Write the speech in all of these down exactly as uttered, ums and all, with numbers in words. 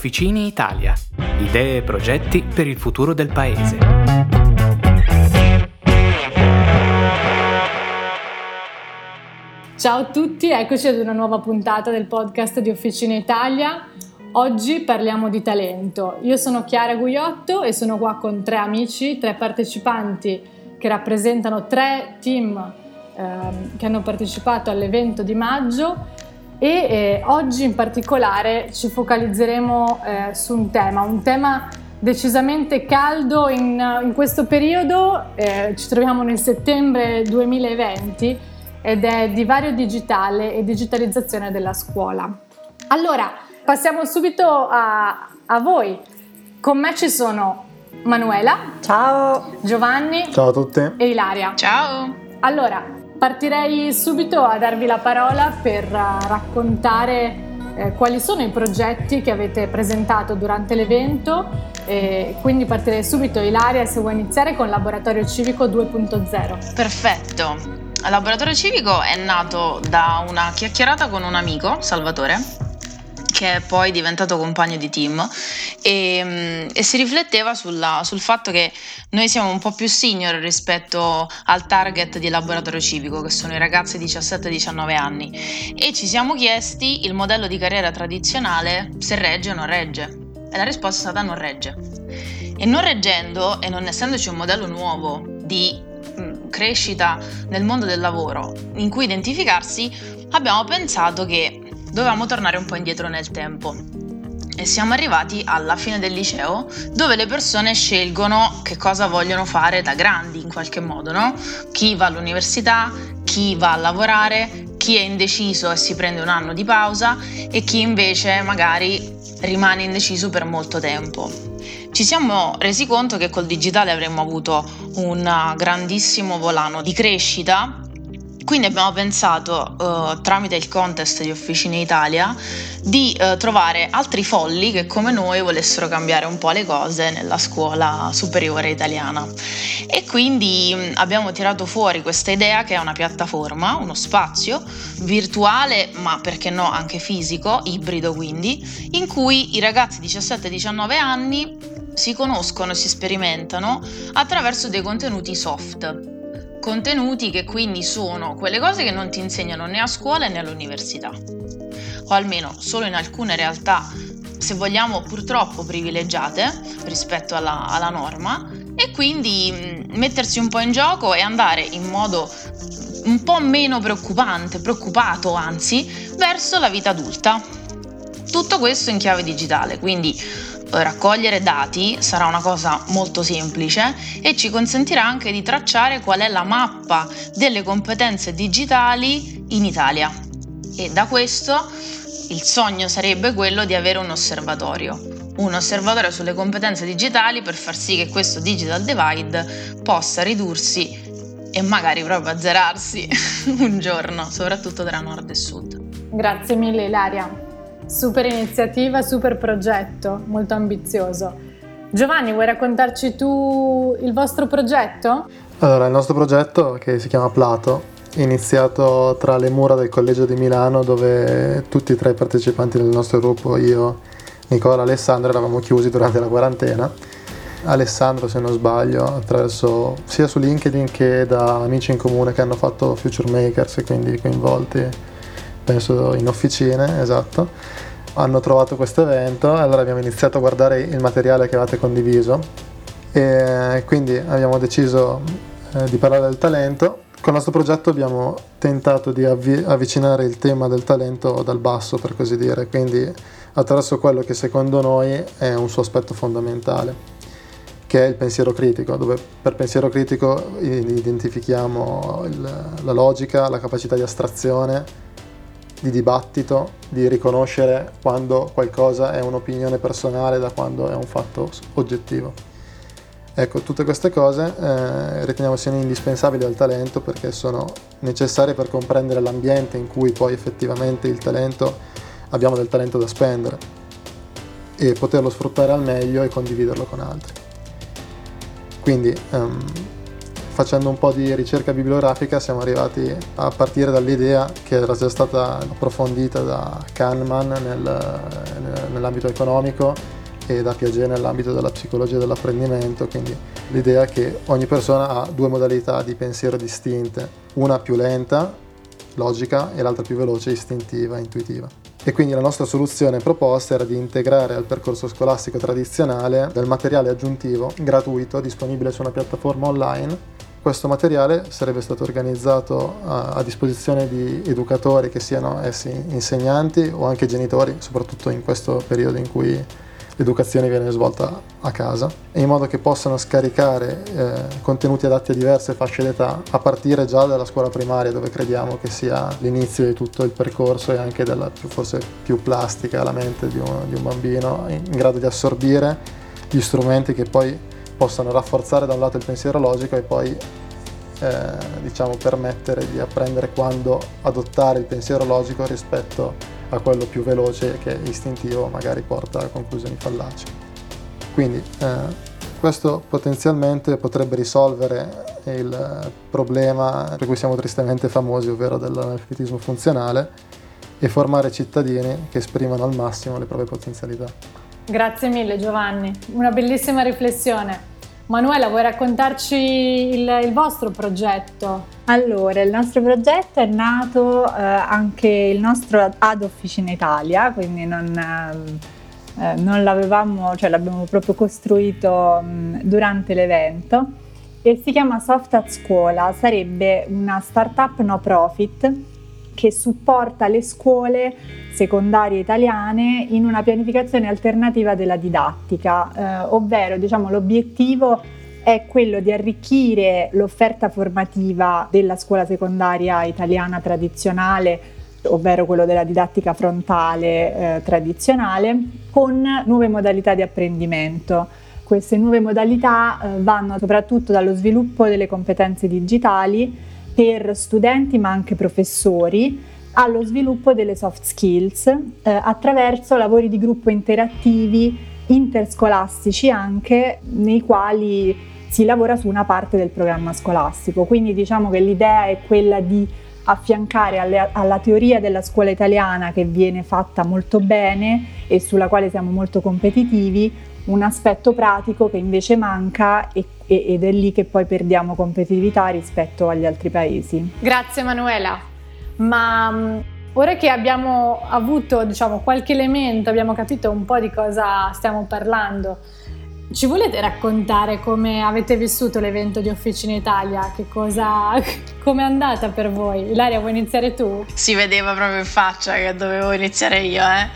Officine Italia. Idee e progetti per il futuro del paese. Ciao a tutti, eccoci ad una nuova puntata del podcast di Officine Italia. Oggi parliamo di talento. Io sono Chiara Guiotto e sono qua con tre amici, tre partecipanti che rappresentano tre team ehm, che hanno partecipato all'evento di maggio e eh, oggi in particolare ci focalizzeremo eh, su un tema, un tema decisamente caldo in, in questo periodo. Eh, ci troviamo nel settembre duemilaventi ed è divario digitale e digitalizzazione della scuola. Allora, passiamo subito a, a voi. Con me ci sono Manuela. Ciao. Giovanni. Ciao a tutti. E Ilaria. Ciao. Allora, partirei subito a darvi la parola per uh, raccontare eh, quali sono i progetti che avete presentato durante l'evento. E quindi partirei subito, Ilaria, se vuoi iniziare con Laboratorio Civico due punto zero. Perfetto. Il Laboratorio Civico è nato da una chiacchierata con un amico, Salvatore, che è poi diventato compagno di team e, e si rifletteva sulla, sul fatto che noi siamo un po' più senior rispetto al target di Laboratorio Civico, che sono i ragazzi diciassette diciannove anni, e ci siamo chiesti il modello di carriera tradizionale se regge o non regge, e la risposta è stata non regge. E non reggendo, e non essendoci un modello nuovo di mh, crescita nel mondo del lavoro in cui identificarsi, abbiamo pensato che dovevamo tornare un po' indietro nel tempo e siamo arrivati alla fine del liceo, dove le persone scelgono che cosa vogliono fare da grandi in qualche modo, no? Chi va all'università, chi va a lavorare, chi è indeciso e si prende un anno di pausa e chi invece magari rimane indeciso per molto tempo. Ci siamo resi conto che col digitale avremmo avuto un grandissimo volano di crescita. Quindi abbiamo pensato, uh, tramite il contest di Officine Italia, di uh, trovare altri folli che come noi volessero cambiare un po' le cose nella scuola superiore italiana. E quindi mh, abbiamo tirato fuori questa idea che è una piattaforma, uno spazio virtuale, ma perché no anche fisico, ibrido quindi, in cui i ragazzi diciassette diciannove anni si conoscono e si sperimentano attraverso dei contenuti soft. Contenuti che quindi sono quelle cose che non ti insegnano né a scuola né all'università, o almeno solo in alcune realtà, se vogliamo, purtroppo privilegiate rispetto alla, alla norma, e quindi mh, mettersi un po' in gioco e andare in modo un po' meno preoccupante, preoccupato anzi, verso la vita adulta. Tutto questo in chiave digitale, quindi raccogliere dati sarà una cosa molto semplice e ci consentirà anche di tracciare qual è la mappa delle competenze digitali in Italia. E da questo il sogno sarebbe quello di avere un osservatorio, un osservatorio sulle competenze digitali per far sì che questo digital divide possa ridursi e magari proprio azzerarsi un giorno, soprattutto tra nord e sud. Grazie mille, Ilaria. Super iniziativa, super progetto, molto ambizioso. Giovanni, vuoi raccontarci tu il vostro progetto? Allora, il nostro progetto, che si chiama Plato, è iniziato tra le mura del Collegio di Milano, dove tutti e tre i partecipanti del nostro gruppo, io, Nicola e Alessandro, eravamo chiusi durante la quarantena. Alessandro, se non sbaglio, attraverso sia su LinkedIn che da amici in comune che hanno fatto Future Makers e quindi coinvolti penso in officine, esatto, hanno trovato questo evento e allora abbiamo iniziato a guardare il materiale che avevate condiviso e quindi abbiamo deciso eh, di parlare del talento. Con il nostro progetto abbiamo tentato di avvi- avvicinare il tema del talento dal basso, per così dire, quindi attraverso quello che secondo noi è un suo aspetto fondamentale, che è il pensiero critico, dove per pensiero critico identifichiamo il, la logica, la capacità di astrazione, di dibattito, di riconoscere quando qualcosa è un'opinione personale da quando è un fatto oggettivo. Ecco, tutte queste cose eh, riteniamo siano indispensabili al talento perché sono necessarie per comprendere l'ambiente in cui poi effettivamente il talento, abbiamo del talento da spendere e poterlo sfruttare al meglio e condividerlo con altri. Quindi um, facendo un po' di ricerca bibliografica siamo arrivati a partire dall'idea che era già stata approfondita da Kahneman nel, nell'ambito economico e da Piaget nell'ambito della psicologia dell'apprendimento, quindi l'idea che ogni persona ha due modalità di pensiero distinte, una più lenta, logica, e l'altra più veloce, istintiva, intuitiva. E quindi la nostra soluzione proposta era di integrare al percorso scolastico tradizionale del materiale aggiuntivo gratuito disponibile su una piattaforma online. Questo materiale sarebbe stato organizzato a, a disposizione di educatori, che siano essi insegnanti o anche genitori, soprattutto in questo periodo in cui l'educazione viene svolta a casa, in modo che possano scaricare eh, contenuti adatti a diverse fasce d'età, a partire già dalla scuola primaria, dove crediamo che sia l'inizio di tutto il percorso e anche della più, forse più plastica la mente di un, di un bambino, in, in grado di assorbire gli strumenti che poi possano rafforzare da un lato il pensiero logico e poi eh, diciamo permettere di apprendere quando adottare il pensiero logico rispetto a quello più veloce che è istintivo, magari porta a conclusioni fallaci. Quindi eh, questo potenzialmente potrebbe risolvere il problema per cui siamo tristemente famosi, ovvero dell'analfabetismo funzionale, e formare cittadini che esprimano al massimo le proprie potenzialità. Grazie mille Giovanni, una bellissima riflessione. Manuela, vuoi raccontarci il, il vostro progetto? Allora, il nostro progetto è nato eh, anche il nostro ad Officina Italia, quindi non, eh, non l'avevamo, cioè l'abbiamo proprio costruito mh, durante l'evento, e si chiama Soft at Scuola. Sarebbe una startup no profit che supporta le scuole secondarie italiane in una pianificazione alternativa della didattica, eh, ovvero diciamo l'obiettivo è quello di arricchire l'offerta formativa della scuola secondaria italiana tradizionale, ovvero quello della didattica frontale eh, tradizionale, con nuove modalità di apprendimento. Queste nuove modalità eh, vanno soprattutto dallo sviluppo delle competenze digitali per studenti ma anche professori, allo sviluppo delle soft skills eh, attraverso lavori di gruppo interattivi, interscolastici anche, nei quali si lavora su una parte del programma scolastico. Quindi diciamo che l'idea è quella di affiancare alle, alla teoria della scuola italiana, che viene fatta molto bene e sulla quale siamo molto competitivi, un aspetto pratico che invece manca e, e, ed è lì che poi perdiamo competitività rispetto agli altri paesi. Grazie Manuela, ma um, ora che abbiamo avuto diciamo qualche elemento, abbiamo capito un po' di cosa stiamo parlando, ci volete raccontare come avete vissuto l'evento di Officina Italia? Che cosa, come è andata per voi? Ilaria, vuoi iniziare tu? Si vedeva proprio in faccia che dovevo iniziare io, eh?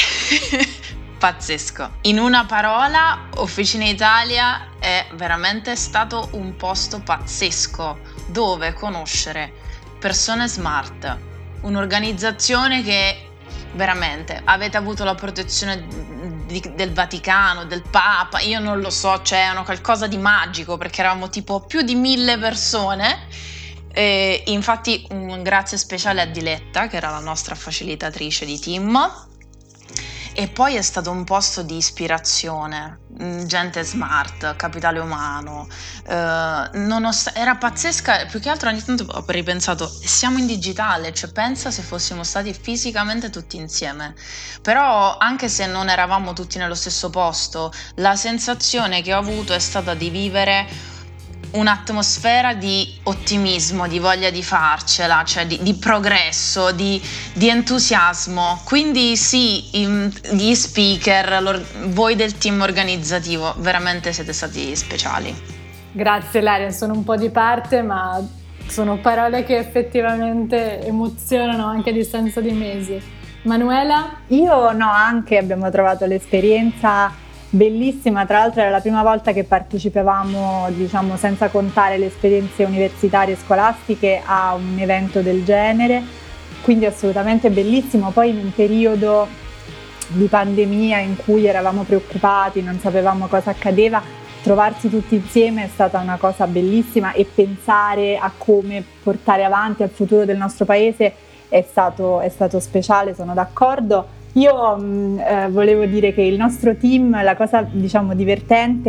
Pazzesco. In una parola, Officina Italia è veramente stato un posto pazzesco dove conoscere persone smart, un'organizzazione che veramente avete avuto la protezione di, del Vaticano, del Papa, io non lo so, cioè è qualcosa di magico, perché eravamo tipo più di mille persone. E infatti un grazie speciale a Diletta, che era la nostra facilitatrice di team. E poi è stato un posto di ispirazione, gente smart, capitale umano, eh, nonost- era pazzesca. Più che altro ogni tanto ho ripensato, siamo in digitale, cioè pensa se fossimo stati fisicamente tutti insieme. Però anche se non eravamo tutti nello stesso posto, la sensazione che ho avuto è stata di vivere un'atmosfera di ottimismo, di voglia di farcela, cioè di, di progresso, di, di entusiasmo. Quindi sì, gli speaker, voi del team organizzativo, veramente siete stati speciali. Grazie Ilaria, sono un po' di parte, ma sono parole che effettivamente emozionano anche a distanza di mesi. Manuela? Io no, anche abbiamo trovato l'esperienza bellissima. Tra l'altro era la prima volta che partecipavamo, diciamo senza contare le esperienze universitarie e scolastiche, a un evento del genere, quindi assolutamente bellissimo. Poi in un periodo di pandemia in cui eravamo preoccupati, non sapevamo cosa accadeva, trovarsi tutti insieme è stata una cosa bellissima, e pensare a come portare avanti al futuro del nostro paese è stato, è stato speciale, sono d'accordo. Io mh, eh, volevo dire che il nostro team, la cosa diciamo divertente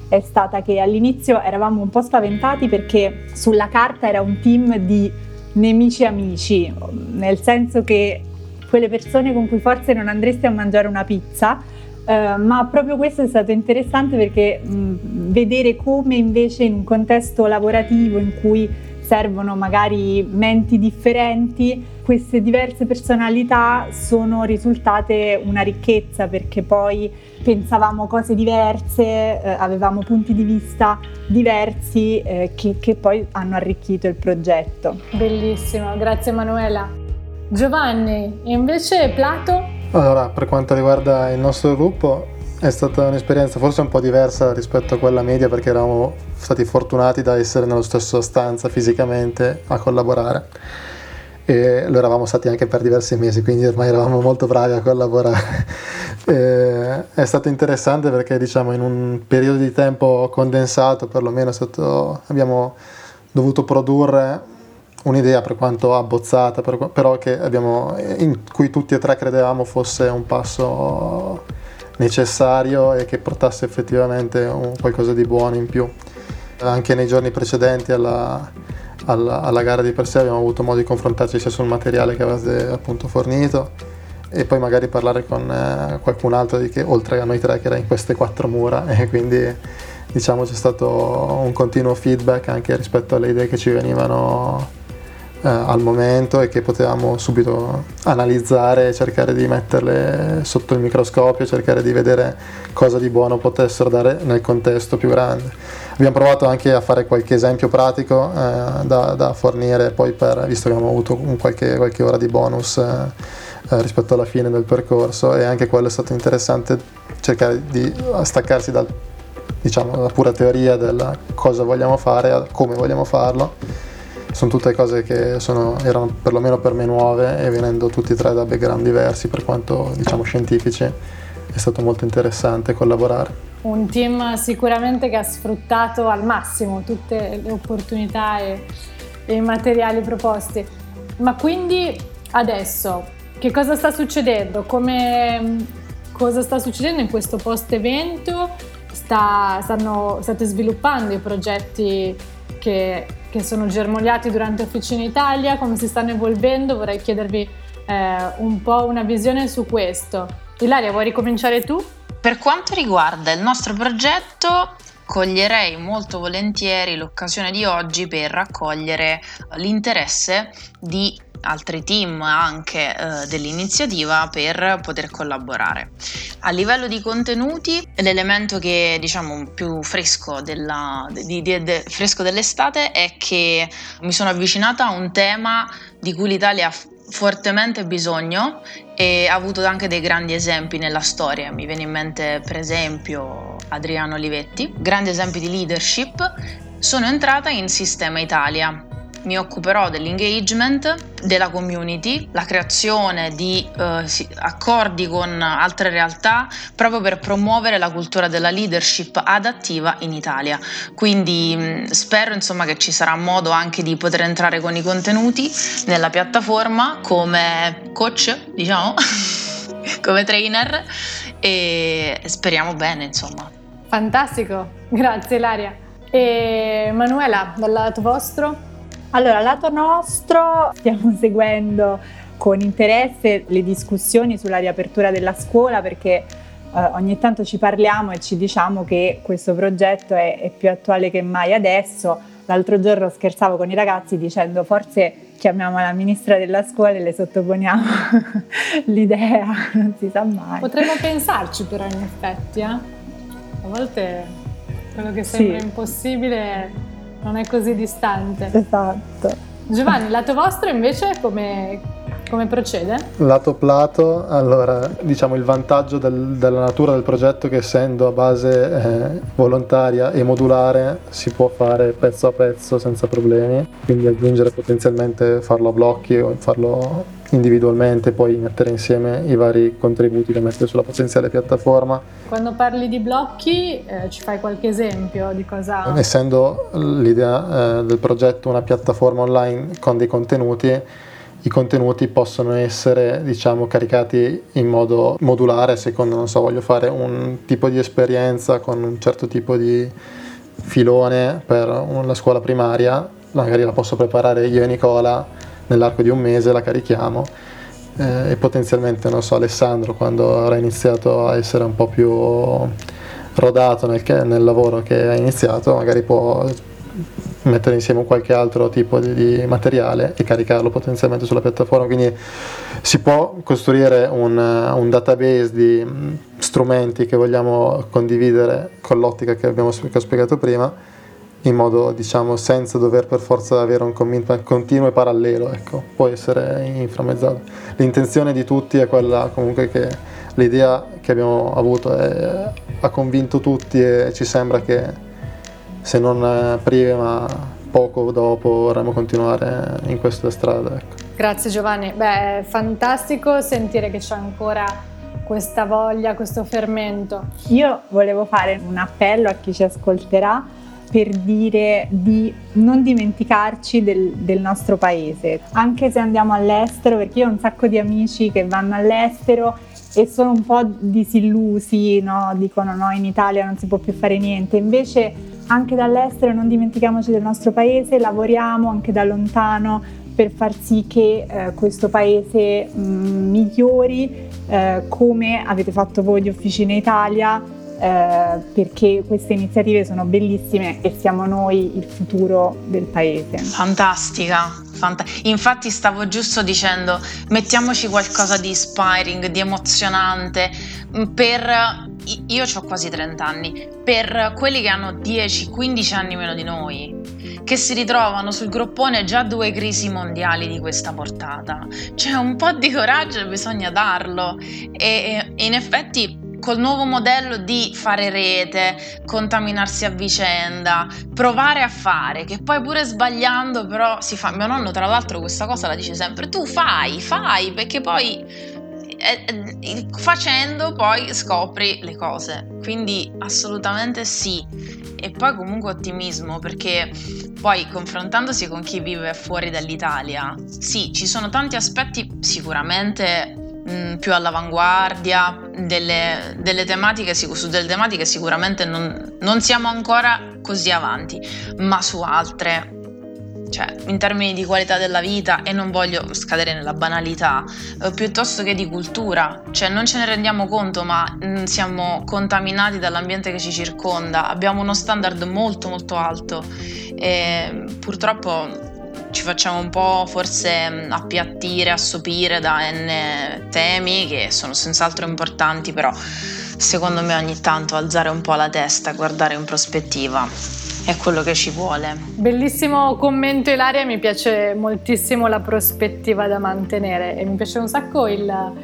è stata che all'inizio eravamo un po' spaventati perché sulla carta era un team di nemici amici, nel senso che quelle persone con cui forse non andresti a mangiare una pizza, eh, ma proprio questo è stato interessante perché mh, vedere come invece in un contesto lavorativo in cui servono magari menti differenti, queste diverse personalità sono risultate una ricchezza, perché poi pensavamo cose diverse, eh, avevamo punti di vista diversi eh, che, che poi hanno arricchito il progetto. Bellissimo, grazie Manuela. Giovanni, e invece Plato? Allora, per quanto riguarda il nostro gruppo, è stata un'esperienza forse un po' diversa rispetto a quella media, perché eravamo stati fortunati da essere nello stesso stanza fisicamente a collaborare e lo eravamo stati anche per diversi mesi, quindi ormai eravamo molto bravi a collaborare. E è stato interessante perché, diciamo, in un periodo di tempo condensato, perlomeno è stato, abbiamo dovuto produrre un'idea, per quanto abbozzata, per, però che abbiamo, in cui tutti e tre credevamo fosse un passo necessario e che portasse effettivamente un qualcosa di buono in più. Anche nei giorni precedenti alla, alla, alla gara di per sé abbiamo avuto modo di confrontarci sia sul materiale che avete appunto fornito e poi magari parlare con eh, qualcun altro di che, oltre a noi tre che era in queste quattro mura, e quindi diciamo c'è stato un continuo feedback anche rispetto alle idee che ci venivano Eh, al momento e che potevamo subito analizzare e cercare di metterle sotto il microscopio, cercare di vedere cosa di buono potessero dare nel contesto più grande. Abbiamo provato anche a fare qualche esempio pratico eh, da, da fornire poi, per, visto che abbiamo avuto un qualche, qualche ora di bonus eh, eh, rispetto alla fine del percorso, e anche quello è stato interessante, cercare di staccarsi dal, diciamo, dalla pura teoria della cosa vogliamo fare a come vogliamo farlo. Sono tutte cose che sono, erano perlomeno per me nuove, e venendo tutti e tre da background diversi, per quanto diciamo scientifici, è stato molto interessante collaborare. Un team sicuramente che ha sfruttato al massimo tutte le opportunità e, e i materiali proposti. Ma quindi adesso che cosa sta succedendo? Come, cosa sta succedendo in questo post-evento? Sta, stanno, state sviluppando i progetti che che sono germogliati durante Officina Italia, come si stanno evolvendo? Vorrei chiedervi eh, un po' una visione su questo. Ilaria, vuoi ricominciare tu? Per quanto riguarda il nostro progetto, coglierei molto volentieri l'occasione di oggi per raccogliere l'interesse di altri team anche eh, dell'iniziativa per poter collaborare. A livello di contenuti, l'elemento che diciamo più fresco, della, di, di, de, fresco dell'estate è che mi sono avvicinata a un tema di cui l'Italia ha fortemente bisogno e ha avuto anche dei grandi esempi nella storia. Mi viene in mente per esempio Adriano Olivetti, grandi esempi di leadership. Sono entrata in Sistema Italia. Mi occuperò dell'engagement, della community, la creazione di eh, accordi con altre realtà proprio per promuovere la cultura della leadership adattiva in Italia. Quindi mh, spero insomma che ci sarà modo anche di poter entrare con i contenuti nella piattaforma come coach, diciamo, come trainer, e speriamo bene insomma. Fantastico, grazie Ilaria. E Manuela, dal lato vostro? Allora, lato nostro, stiamo seguendo con interesse le discussioni sulla riapertura della scuola, perché eh, ogni tanto ci parliamo e ci diciamo che questo progetto è, è più attuale che mai adesso. L'altro giorno scherzavo con i ragazzi dicendo forse chiamiamo la ministra della scuola e le sottoponiamo l'idea, non si sa mai. Potremmo pensarci però in effetti, eh? A volte quello che sembra sì. impossibile non è così distante. Esatto. Giovanni, lato vostro invece come, come procede? Lato Plato, allora diciamo il vantaggio del, della natura del progetto, che essendo a base eh, volontaria e modulare si può fare pezzo a pezzo senza problemi, quindi aggiungere potenzialmente, farlo a blocchi o farlo individualmente, poi mettere insieme i vari contributi da mettere sulla potenziale piattaforma. Quando parli di blocchi eh, ci fai qualche esempio di cosa? Essendo l'idea eh, del progetto una piattaforma online con dei contenuti, i contenuti possono essere, diciamo, caricati in modo modulare, secondo, non so, voglio fare un tipo di esperienza con un certo tipo di filone per la scuola primaria, magari la posso preparare io e Nicola nell'arco di un mese, la carichiamo, eh, e potenzialmente, non so, Alessandro, quando avrà iniziato a essere un po' più rodato nel, nel lavoro che ha iniziato, magari può mettere insieme qualche altro tipo di, di materiale e caricarlo potenzialmente sulla piattaforma. Quindi si può costruire un, un database di strumenti che vogliamo condividere con l'ottica che abbiamo che ho spiegato prima, in modo, diciamo, senza dover per forza avere un commitment continuo e parallelo, ecco, può essere inframmezzato. L'intenzione di tutti è quella, comunque, che l'idea che abbiamo avuto è, ha convinto tutti, e ci sembra che se non prima, poco dopo vorremmo continuare in questa strada, ecco. Grazie Giovanni, beh, è fantastico sentire che c'è ancora questa voglia, questo fermento. Io volevo fare un appello a chi ci ascolterà per dire di non dimenticarci del, del nostro paese, anche se andiamo all'estero, perché io ho un sacco di amici che vanno all'estero e sono un po' disillusi, no? Dicono no, in Italia non si può più fare niente. Invece anche dall'estero non dimentichiamoci del nostro paese, lavoriamo anche da lontano per far sì che eh, questo paese mh, migliori, eh, come avete fatto voi di Officina Italia, eh, perché queste iniziative sono bellissime e siamo noi il futuro del paese. Fantastica, fanta- infatti stavo giusto dicendo, mettiamoci qualcosa di inspiring, di emozionante, per... Io ho quasi trenta anni, per quelli che hanno dieci quindici anni meno di noi, che si ritrovano sul groppone già due crisi mondiali di questa portata. Cioè, un po' di coraggio bisogna darlo, e, e in effetti col nuovo modello di fare rete, contaminarsi a vicenda, provare a fare, che poi pure sbagliando però si fa. Mio nonno tra l'altro questa cosa la dice sempre: tu fai, fai, perché poi facendo poi scopri le cose, quindi assolutamente sì. E poi comunque ottimismo, perché poi confrontandosi con chi vive fuori dall'Italia, sì, ci sono tanti aspetti sicuramente mh, più all'avanguardia, delle, delle tematiche, su delle tematiche sicuramente non, non siamo ancora così avanti, ma su altre, cioè in termini di qualità della vita, e non voglio scadere nella banalità, eh, piuttosto che di cultura, cioè non ce ne rendiamo conto, ma mh, siamo contaminati dall'ambiente che ci circonda, abbiamo uno standard molto molto alto e purtroppo ci facciamo un po' forse mh, appiattire, assopire da n temi che sono senz'altro importanti, però secondo me ogni tanto alzare un po' la testa, guardare in prospettiva è quello che ci vuole. Bellissimo commento, Ilaria, mi piace moltissimo la prospettiva da mantenere e mi piace un sacco il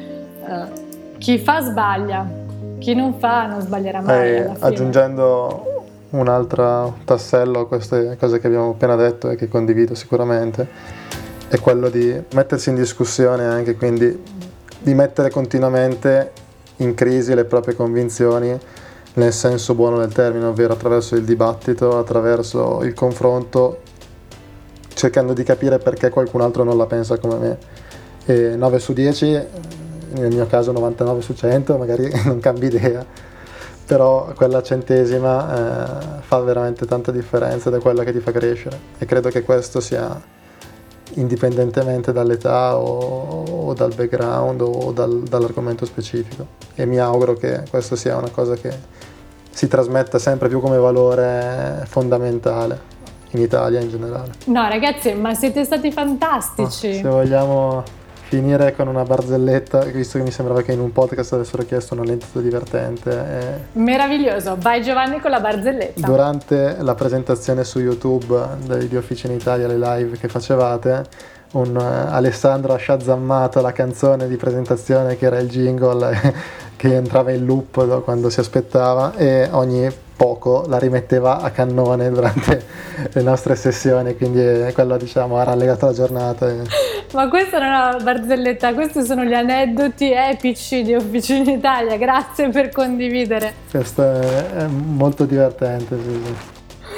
uh, chi fa sbaglia, chi non fa non sbaglierà mai. Eh, alla fine. Aggiungendo un altro tassello a queste cose che abbiamo appena detto e che condivido sicuramente, è quello di mettersi in discussione, anche quindi di mettere continuamente in crisi le proprie convinzioni, nel senso buono del termine, ovvero attraverso il dibattito, attraverso il confronto, cercando di capire perché qualcun altro non la pensa come me. E nove su dieci, nel mio caso novantanove su cento, magari non cambi idea, però quella centesima eh, fa veramente tanta differenza ed è quella che ti fa crescere, e credo che questo sia indipendentemente dall'età o, o dal background o dal, dall'argomento specifico, e mi auguro che questo sia una cosa che si trasmetta sempre più come valore fondamentale in Italia in generale. No ragazzi, ma siete stati fantastici. Oh, se vogliamo finire con una barzelletta, visto che mi sembrava che in un podcast avessero chiesto un aneddoto divertente. E... meraviglioso, vai Giovanni con la barzelletta. Durante la presentazione su YouTube di Officina Italia, le live che facevate, un uh, Alessandro ha shazammato la canzone di presentazione che era il jingle che entrava in loop quando si aspettava, e ogni poco la rimetteva a cannone durante le nostre sessioni, quindi eh, quello, diciamo, ha rallegato la giornata. E... ma questa non è una barzelletta, questi sono gli aneddoti epici di Officina Italia, grazie per condividere. Questo è, è molto divertente, sì, sì.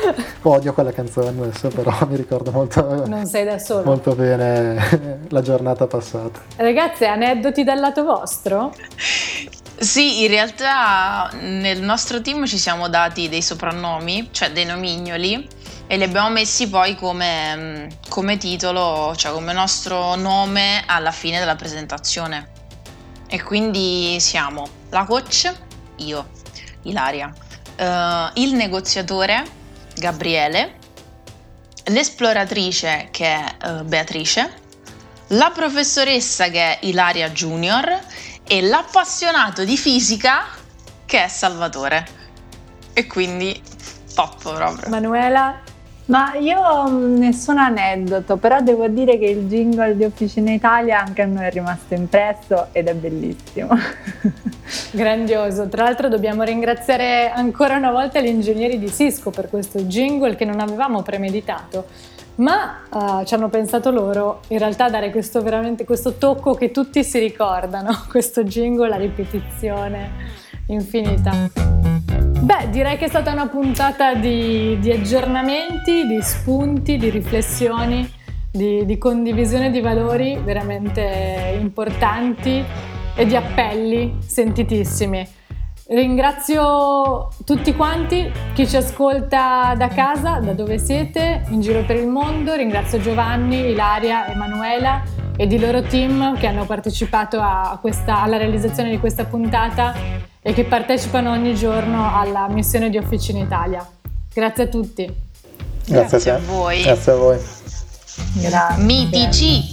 Odio quella canzone adesso, però mi ricordo molto, Non sei da solo. molto bene la giornata passata. Ragazzi, aneddoti dal lato vostro? Sì, in realtà nel nostro team ci siamo dati dei soprannomi, cioè dei nomignoli, e li abbiamo messi poi come, come titolo, cioè come nostro nome alla fine della presentazione. E quindi siamo la coach, io, Ilaria, uh, il negoziatore, Gabriele, l'esploratrice, che è uh, Beatrice, la professoressa, che è Ilaria Junior, e l'appassionato di fisica, che è Salvatore. E quindi top proprio. Manuela? Ma io mh, nessun aneddoto, però devo dire che il jingle di Officina Italia anche a noi è rimasto impresso ed è bellissimo. Grandioso. Tra l'altro dobbiamo ringraziare ancora una volta gli ingegneri di Cisco per questo jingle che non avevamo premeditato, ma uh, ci hanno pensato loro in realtà a dare questo, veramente, questo tocco che tutti si ricordano, questo jingle, la ripetizione infinita. Beh, direi che è stata una puntata di, di aggiornamenti, di spunti, di riflessioni, di, di condivisione di valori veramente importanti e di appelli sentitissimi. Ringrazio tutti quanti, chi ci ascolta da casa, da dove siete, in giro per il mondo. Ringrazio Giovanni, Ilaria, Emanuela ed i loro team che hanno partecipato a questa, alla realizzazione di questa puntata e che partecipano ogni giorno alla missione di Officina Italia. Grazie a tutti. Grazie, Grazie a a te. voi. Grazie a voi. Grazie. Mitici!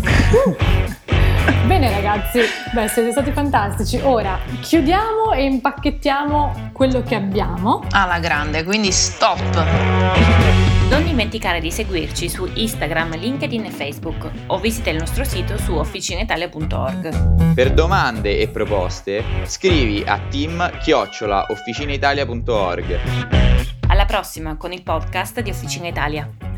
Bene ragazzi, beh, siete stati fantastici. Ora chiudiamo e impacchettiamo quello che abbiamo. Alla grande, quindi stop! Non dimenticare di seguirci su Instagram, LinkedIn e Facebook o visita il nostro sito su officinaitalia punto org. Per domande e proposte scrivi a team chiocciola officinaitalia punto org. Alla prossima con il podcast di Officina Italia.